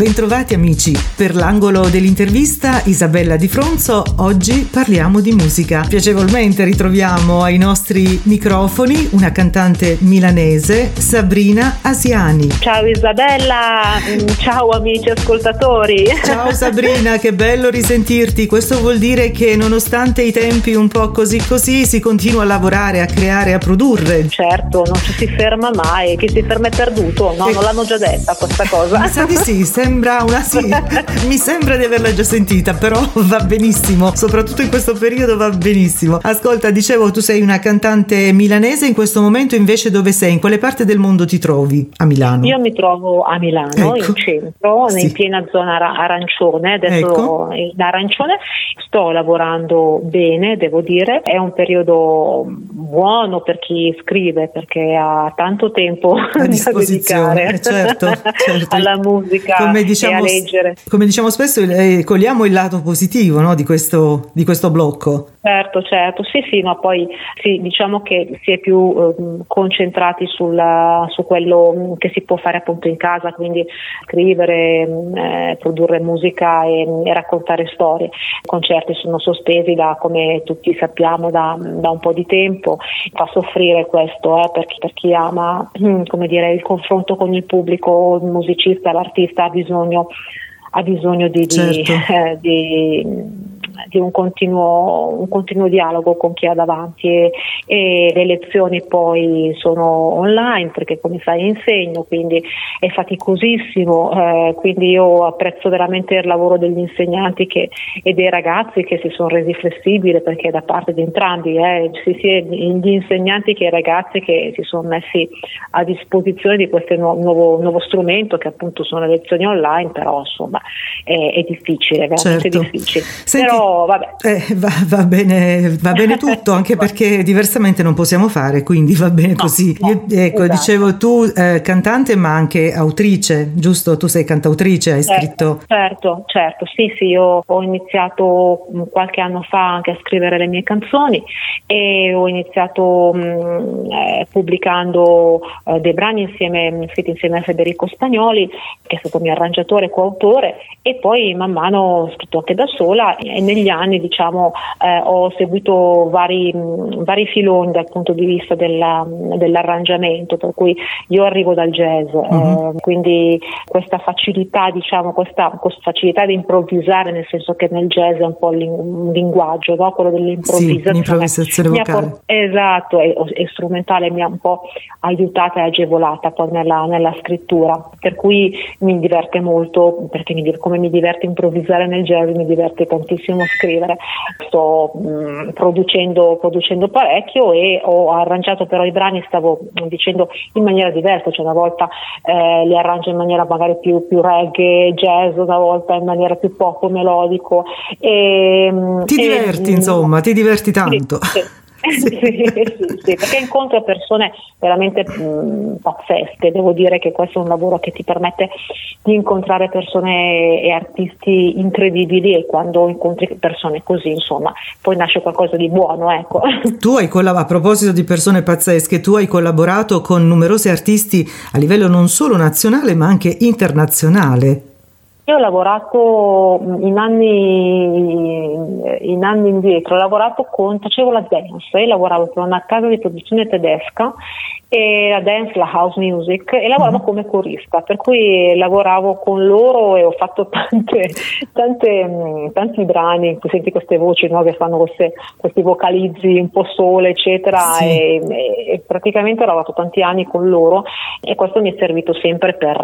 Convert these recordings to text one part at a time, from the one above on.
Bentrovati amici, per l'angolo dell'intervista Isabella Di Fronzo, oggi parliamo di musica. Piacevolmente ritroviamo ai nostri microfoni una cantante milanese, Sabrina Asiani. Ciao Isabella, ciao amici ascoltatori. Ciao Sabrina, che bello risentirti. Questo vuol dire che nonostante i tempi un po' così si continua a lavorare, a creare, a produrre. Certo, non ci si ferma mai, chi si ferma è perduto, no? Non l'hanno già detta questa cosa. Mi sa di sì, mi sembra di averla già sentita, però va benissimo, soprattutto in questo periodo va benissimo. Ascolta, dicevo, tu sei una cantante milanese, in questo momento invece dove sei? In quale parte del mondo ti trovi? A Milano? Io mi trovo a Milano, in centro, in piena zona arancione, adesso in arancione. Sto lavorando bene, devo dire, è un periodo buono per chi scrive perché ha tanto tempo a disposizione, da dedicare certo. alla musica e a leggere. Come diciamo spesso, cogliamo il lato positivo, no, di questo blocco. Certo, sì, no, poi sì, diciamo che si è più concentrati su quello che si può fare appunto in casa, quindi scrivere, produrre musica e raccontare storie. I concerti sono sospesi come tutti sappiamo da un po' di tempo. Fa soffrire questo per chi ama, come dire, il confronto con il pubblico. Il musicista, l'artista ha bisogno di un continuo dialogo con chi ha davanti e le lezioni poi sono online perché come sai insegno, quindi è faticosissimo, quindi io apprezzo veramente il lavoro degli insegnanti e dei ragazzi che si sono resi flessibili, perché da parte di entrambi sia gli insegnanti che i ragazzi che si sono messi a disposizione di questo nuovo strumento che appunto sono le lezioni online, però insomma è difficile, veramente difficile. Senti, però vabbè. Va bene tutto, anche perché diversamente non possiamo fare, quindi va bene così. Io, esatto. Dicevo tu cantante ma anche autrice, giusto? Tu sei cantautrice, hai scritto? Certo, sì, io ho iniziato qualche anno fa anche a scrivere le mie canzoni e ho iniziato pubblicando dei brani scritti insieme a Federico Spagnoli, che è stato mio arrangiatore e coautore, e poi man mano ho scritto anche da sola e negli anni ho seguito vari filoni dal punto di vista dell'arrangiamento, per cui io arrivo dal jazz, quindi questa facilità questa facilità di improvvisare, nel senso che nel jazz è un po' un linguaggio, no? Quello dell'improvvisazione vocale. Esatto, e strumentale mi ha un po' aiutata e agevolata poi nella scrittura, per cui mi diverte molto, perché come mi diverte improvvisare nel jazz, mi diverte tantissimo scrivere. Sto producendo parecchio e ho arrangiato però i brani, stavo dicendo, in maniera diversa, cioè una volta li arrangio in maniera magari più reggae, jazz, una volta in maniera più pop melodico. Ti diverti tanto. Sì, perché incontro persone veramente pazzesche. Devo dire che questo è un lavoro che ti permette di incontrare persone e artisti incredibili, e quando incontri persone così, insomma, poi nasce qualcosa di buono, ecco. Tu a proposito di persone pazzesche, tu hai collaborato con numerosi artisti a livello non solo nazionale ma anche internazionale. Io ho lavorato in anni indietro, facevo la dance, io lavoravo per una casa di produzione tedesca, e la dance, la house music, e lavoravo come corista, per cui lavoravo con loro e ho fatto tanti brani in cui senti queste voci, no, che fanno questi vocalizzi un po' sole, eccetera, e praticamente ho lavorato tanti anni con loro, e questo mi è servito sempre per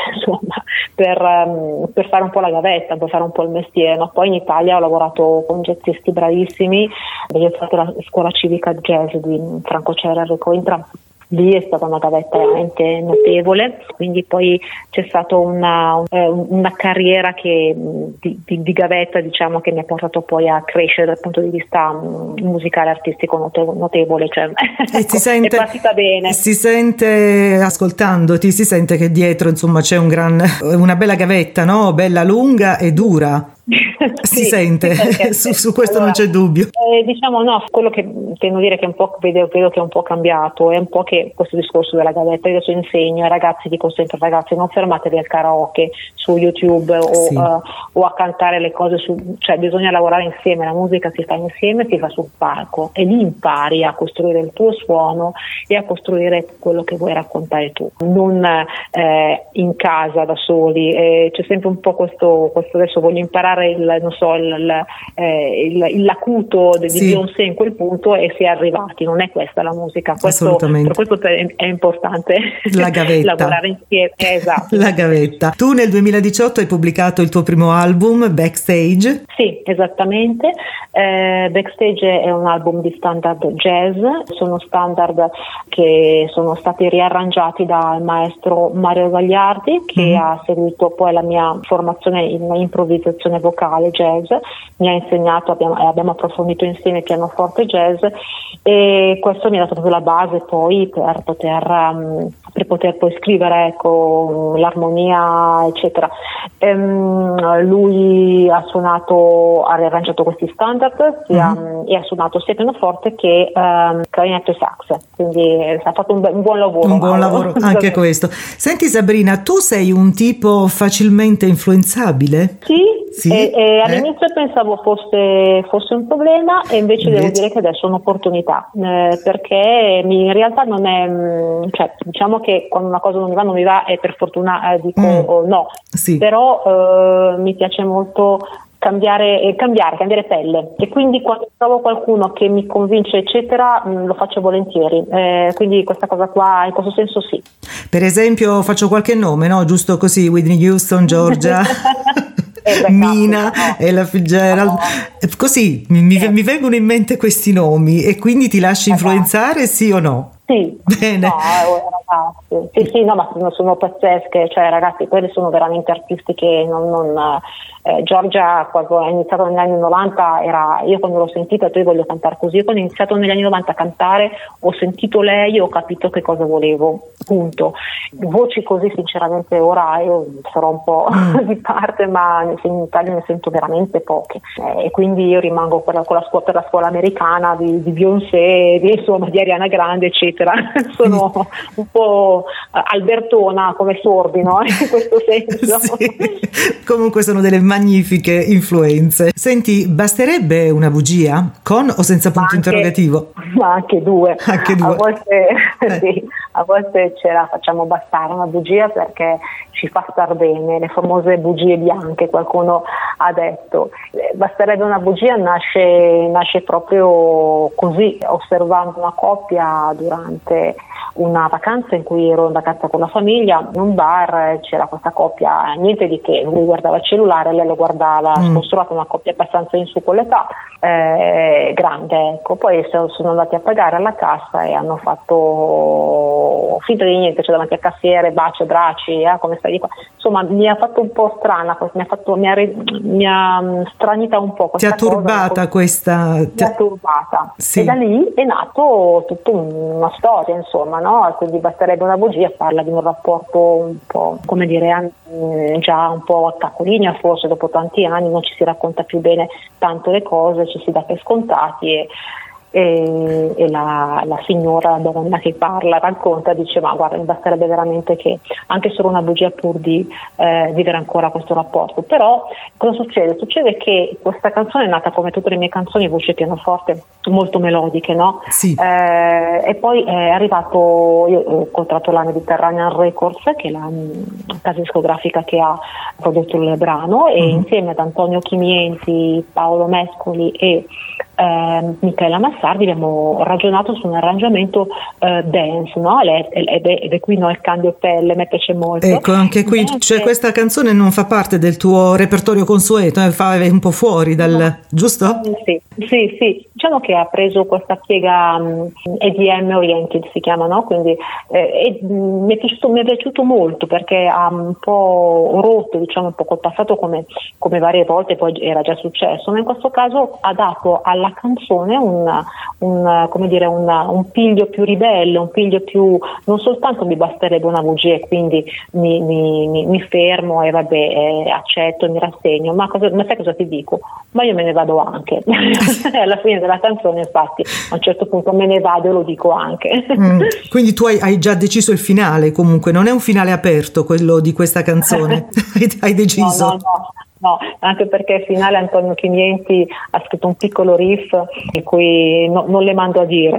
fare un po' la gavetta, per fare un po' il mestiere, no? Poi in Italia ho lavorato con jazzisti bravissimi, ho fatto la scuola civica jazz di Franco Cerra, Enrico Intra. Lì è stata una gavetta veramente notevole, quindi poi c'è stata una carriera di gavetta, diciamo, che mi ha portato poi a crescere dal punto di vista musicale artistico notevole, cioè è partita bene. Si sente, ascoltandoti, si sente che dietro insomma c'è una bella gavetta, no? Bella lunga e dura. Si sente, su questo allora, non c'è dubbio. Diciamo no, quello che intendo dire che un po' vedo che è un po' cambiato, è un po' che questo discorso della gavetta, io adesso insegno ai ragazzi, dico sempre ragazzi non fermatevi al karaoke su YouTube o a cantare le cose cioè bisogna lavorare insieme, la musica si fa insieme, si fa sul palco e lì impari a costruire il tuo suono e a costruire quello che vuoi raccontare tu, non in casa da soli, c'è sempre un po' questo adesso voglio imparare l'acuto di Beyoncé in quel punto e si è arrivati, non è questa la musica, per questo è importante la gavetta. Lavorare insieme, esatto. La gavetta. Tu nel 2018 hai pubblicato il tuo primo album Backstage? Sì, esattamente. Backstage è un album di standard jazz, sono standard che sono stati riarrangiati dal maestro Mario Gagliardi che ha seguito poi la mia formazione in improvvisazione vocale jazz, mi ha insegnato, abbiamo approfondito insieme pianoforte jazz e questo mi ha dato proprio la base poi per poter poi scrivere l'armonia eccetera. Lui ha riarrangiato questi standard e ha suonato sia pianoforte che clarinetto e sax, quindi ha fatto un buon lavoro. Un buon lavoro anche questo. Senti Sabrina, tu sei un tipo facilmente influenzabile? Sì, e all'inizio pensavo fosse un problema e invece devo dire che adesso è un'opportunità, perché in realtà non è, cioè diciamo che quando una cosa non mi va e per fortuna dico no, però mi piace molto cambiare pelle e quindi quando trovo qualcuno che mi convince eccetera lo faccio volentieri, quindi questa cosa qua in questo senso sì. Per esempio faccio qualche nome, no? Giusto così, Whitney Houston, Georgia Mina, Ella Fitzgerald, così mi vengono in mente questi nomi e quindi ti lasci influenzare, sì o no? Sì, bene. No, ragazzi, sì, no, ma sono pazzesche, cioè ragazzi, quelle sono veramente artisti che Giorgia quando ha iniziato negli anni 90 io quando l'ho sentita poi voglio cantare così, io quando ho iniziato negli anni 90 a cantare ho sentito lei e ho capito che cosa volevo, punto. Voci così sinceramente ora io sarò un po' di parte, ma in Italia ne sento veramente poche e quindi io rimango per la scuola americana di Beyoncé, di Ariana Grande eccetera. Sono un po' albertona come Sordi, no? In questo senso. Sì. Comunque sono delle magnifiche influenze. Senti, basterebbe una bugia con o senza punto interrogativo? Ma anche due. A volte a volte ce la facciamo bastare una bugia perché ci fa star bene, le famose bugie bianche, qualcuno ha detto. Basterebbe una bugia nasce proprio così, osservando una coppia durante una vacanza in cui ero in vacanza con la famiglia in un bar, c'era questa coppia, niente di che, lui guardava il cellulare, lei lo guardava, sconsolata, una coppia abbastanza in su con l'età, grande, ecco. Poi sono andati a pagare alla cassa e hanno fatto finta di niente, cioè davanti al cassiere, baci, abbracci, come stai di qua. Insomma, mi ha fatto un po' strana, mi ha stranita un po' questa cosa. Ti ha turbata questa? Mi ha turbata. Sì. E da lì è nato tutta una storia, insomma, no? Quindi basterebbe una bugia, parla di un rapporto un po', come dire, già un po' a capolinea, forse dopo tanti anni non ci si racconta più bene tanto le cose, ci si dà per scontati e la signora donna che racconta dice ma guarda, mi basterebbe veramente che anche solo una bugia pur di vivere ancora questo rapporto. Però cosa succede? Succede che questa canzone è nata come tutte le mie canzoni, voce pianoforte molto melodiche, no? Sì. E poi è arrivato, io ho incontrato la Mediterranean Records, che è la casa discografica che ha prodotto il brano, e insieme ad Antonio Chimienti, Paolo Mescoli e Michela Massardi abbiamo ragionato su un arrangiamento dance, no? Ed è qui il cambio pelle, mi piace molto. Ecco, anche qui, cioè questa canzone non fa parte del tuo repertorio consueto, fa un po' fuori dal, giusto? Sì, diciamo che ha preso questa piega EDM oriented, si chiama, no? Quindi mi è piaciuto molto, perché ha un po' rotto, diciamo, un po' col passato, come varie volte poi era già successo, ma in questo caso ha dato alla canzone un piglio più ribelle, un piglio più, non soltanto mi basterebbe una bugia e quindi mi fermo e accetto e mi rassegno, ma sai cosa ti dico? Ma io me ne vado anche. Alla fine della canzone, infatti, a un certo punto me ne vado e lo dico anche. Quindi tu hai già deciso il finale, comunque non è un finale aperto quello di questa canzone. Hai deciso? No, anche perché al finale Antonio Chimienti ha scritto un piccolo riff di cui non le mando a dire.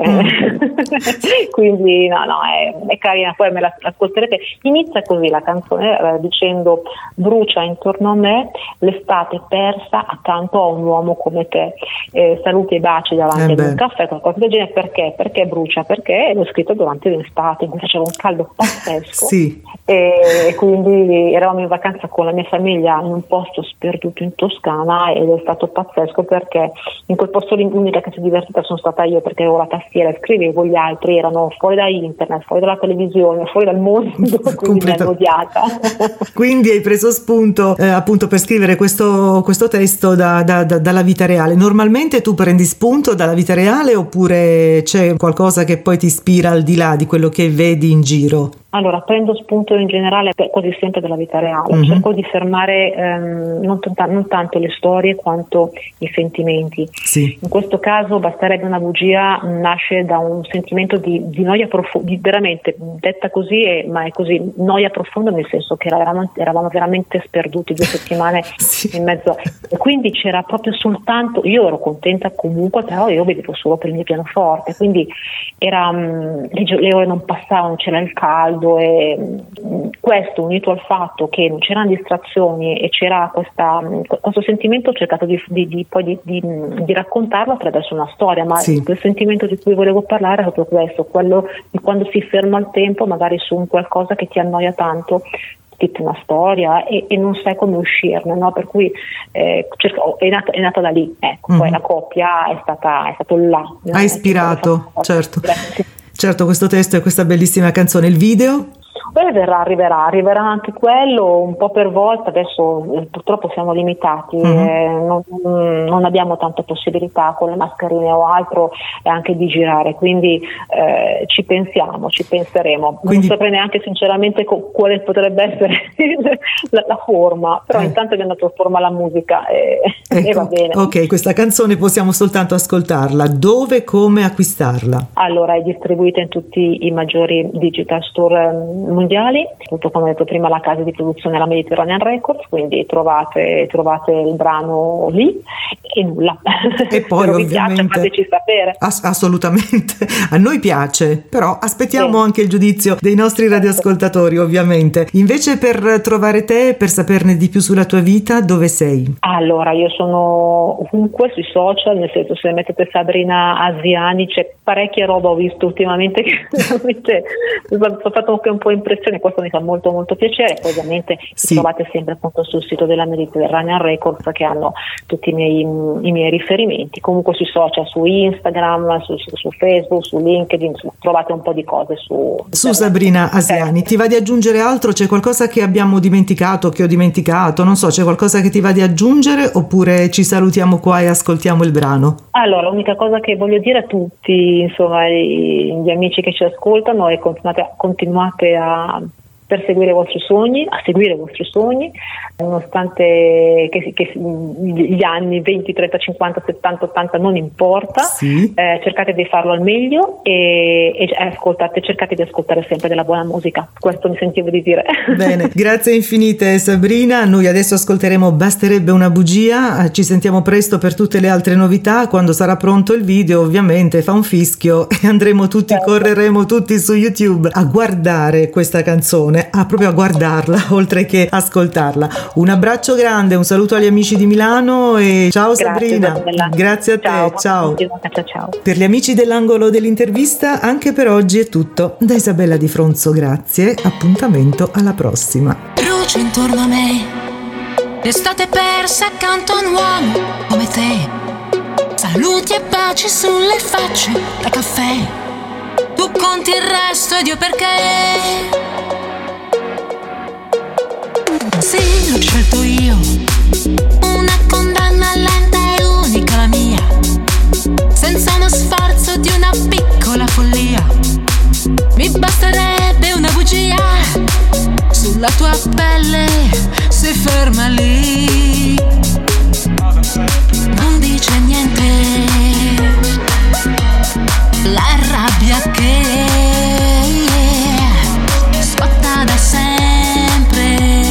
Quindi è carina, poi me la ascolterete. Inizia così la canzone, dicendo: brucia intorno a me l'estate persa accanto a un uomo come te, saluti e baci davanti ad un caffè, qualcosa del genere. Perché brucia? Perché l'ho scritto durante l'estate in cui faceva un caldo pazzesco. Sì. E quindi eravamo in vacanza con la mia famiglia in un posto sperduto in Toscana, ed è stato pazzesco, perché in quel posto l'unica che si è divertita sono stata io, perché avevo la tastiera e scrivevo, gli altri erano fuori da internet, fuori dalla televisione, fuori dal mondo, quindi mi hanno odiata. Quindi hai preso spunto appunto per scrivere questo testo dalla vita reale. Normalmente tu prendi spunto dalla vita reale, oppure c'è qualcosa che poi ti ispira al di là di quello che vedi in giro? Allora, prendo spunto in generale quasi sempre dalla vita reale, cerco di fermare non tanto le storie quanto i sentimenti. Sì. In questo caso Basterebbe una bugia nasce da un sentimento di noia profonda, veramente detta così, ma è così, noia profonda, nel senso che eravamo veramente sperduti 2 settimane in mezzo, e quindi c'era proprio soltanto, io ero contenta comunque, però io vedevo solo per il mio pianoforte, quindi le ore non passavano, c'era il caldo, e questo unito al fatto che non c'erano distrazioni e c'era questo sentimento, ho cercato di raccontarlo attraverso una storia, ma quel sentimento di cui volevo parlare è proprio questo, quello di quando si ferma il tempo magari su un qualcosa che ti annoia tanto, tipo una storia, e non sai come uscirne, no? Per cui è nata da lì, ecco. Poi la coppia è stato là. Ha ispirato, certo, questo testo e questa bellissima canzone. Il video? Poi arriverà anche quello un po' per volta. Adesso purtroppo siamo limitati, non abbiamo tante possibilità con le mascherine o altro anche di girare, quindi ci penseremo. Quindi, non saprei neanche sinceramente quale potrebbe essere la forma, però intanto abbiamo dato forma alla musica e va bene. Ok, questa canzone possiamo soltanto ascoltarla. Dove, come acquistarla? Allora, è distribuita in tutti i maggiori digital store mondiali, appunto, come ho detto prima, la casa di produzione è la Mediterranean Records, quindi trovate il brano lì e nulla. E poi se vi piace, fateci sapere. Assolutamente, a noi piace, però aspettiamo anche il giudizio dei nostri radioascoltatori, ovviamente. Invece, per trovare te, per saperne di più sulla tua vita, dove sei? Allora, io sono ovunque sui social, nel senso, se mettete Sabrina Asiani c'è parecchia roba, ho visto ultimamente che veramente mi ha fatto anche un po' impressione, questo mi fa molto molto piacere. Poi ovviamente trovate sempre appunto sul sito della Mediterranean Records, che hanno tutti i miei riferimenti, comunque sui social, su Instagram, su Facebook, su LinkedIn, trovate un po' di cose su Sabrina Asiani. Ti va di aggiungere altro? C'è qualcosa che abbiamo dimenticato, che ho dimenticato? Non so, c'è qualcosa che ti va di aggiungere, oppure ci salutiamo qua e ascoltiamo il brano? Allora, l'unica cosa che voglio dire a tutti, insomma, gli amici che ci ascoltano, è continuate a perseguire i vostri sogni, a seguire i vostri sogni, nonostante che gli anni 20, 30, 50, 70, 80 non importa, cercate di farlo al meglio e cercate di ascoltare sempre della buona musica. Questo mi sentivo di dire. Bene, grazie infinite Sabrina. Noi adesso ascolteremo Basterebbe una bugia, ci sentiamo presto per tutte le altre novità. Quando sarà pronto il video, ovviamente fa un fischio e andremo tutti, correremo tutti su YouTube a guardare questa canzone, proprio a guardarla oltre che ascoltarla. Un abbraccio grande, un saluto agli amici di Milano e ciao Sabrina. Grazie a te, ciao. Per gli amici dell'angolo dell'intervista anche per oggi è tutto. Da Isabella Di Fronzo, grazie, appuntamento alla prossima. Brucia intorno a me l'estate persa accanto a un uomo come te, Saluti e baci sulle facce da caffè. Tu conti il resto ed io perché? Sì, l'ho scelto io. Una condanna lenta e unica la mia, senza uno sforzo di una piccola follia. Mi basterebbe una bugia sulla tua pelle, si ferma lì, non dice niente. La rabbia che scotta da sempre.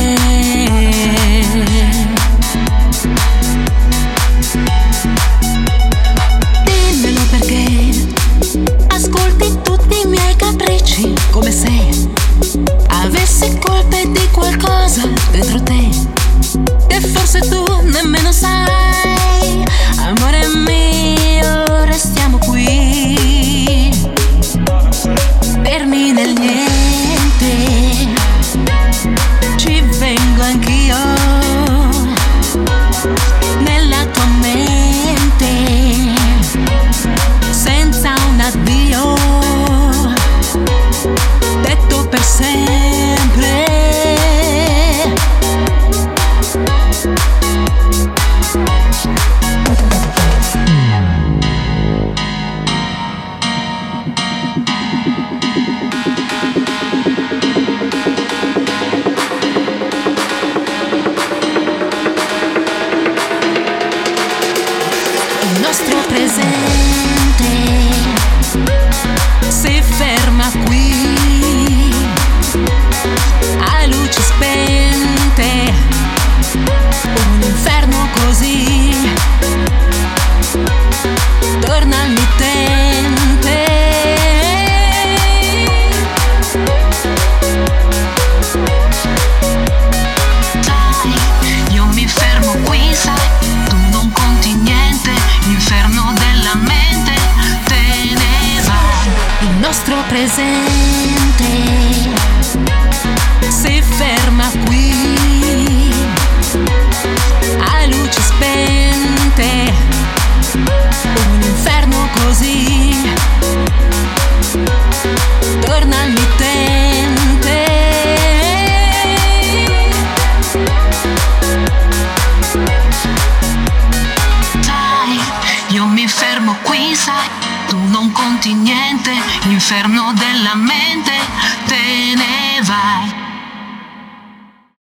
Dimmelo perché ascolti tutti i miei capricci, come se avessi colpe di qualcosa dentro te e forse tu nemmeno sai. Amore mio, restiamo qui, fermi nel niente. Ci vengo anch'io nella tua mente, senza un addio detto per sempre. Il nostro presente si ferma qui, a luci spente, un inferno così, torna al mittente. Sai, io mi fermo qui, sai, tu non conti niente, l'inferno della mente, te ne vai. Il nostro presente si ferma qui, a luci spente, un inferno così, torna al mittente. Sai, io mi fermo qui, sai, tu non conti niente, l'inferno della mente, te ne vai.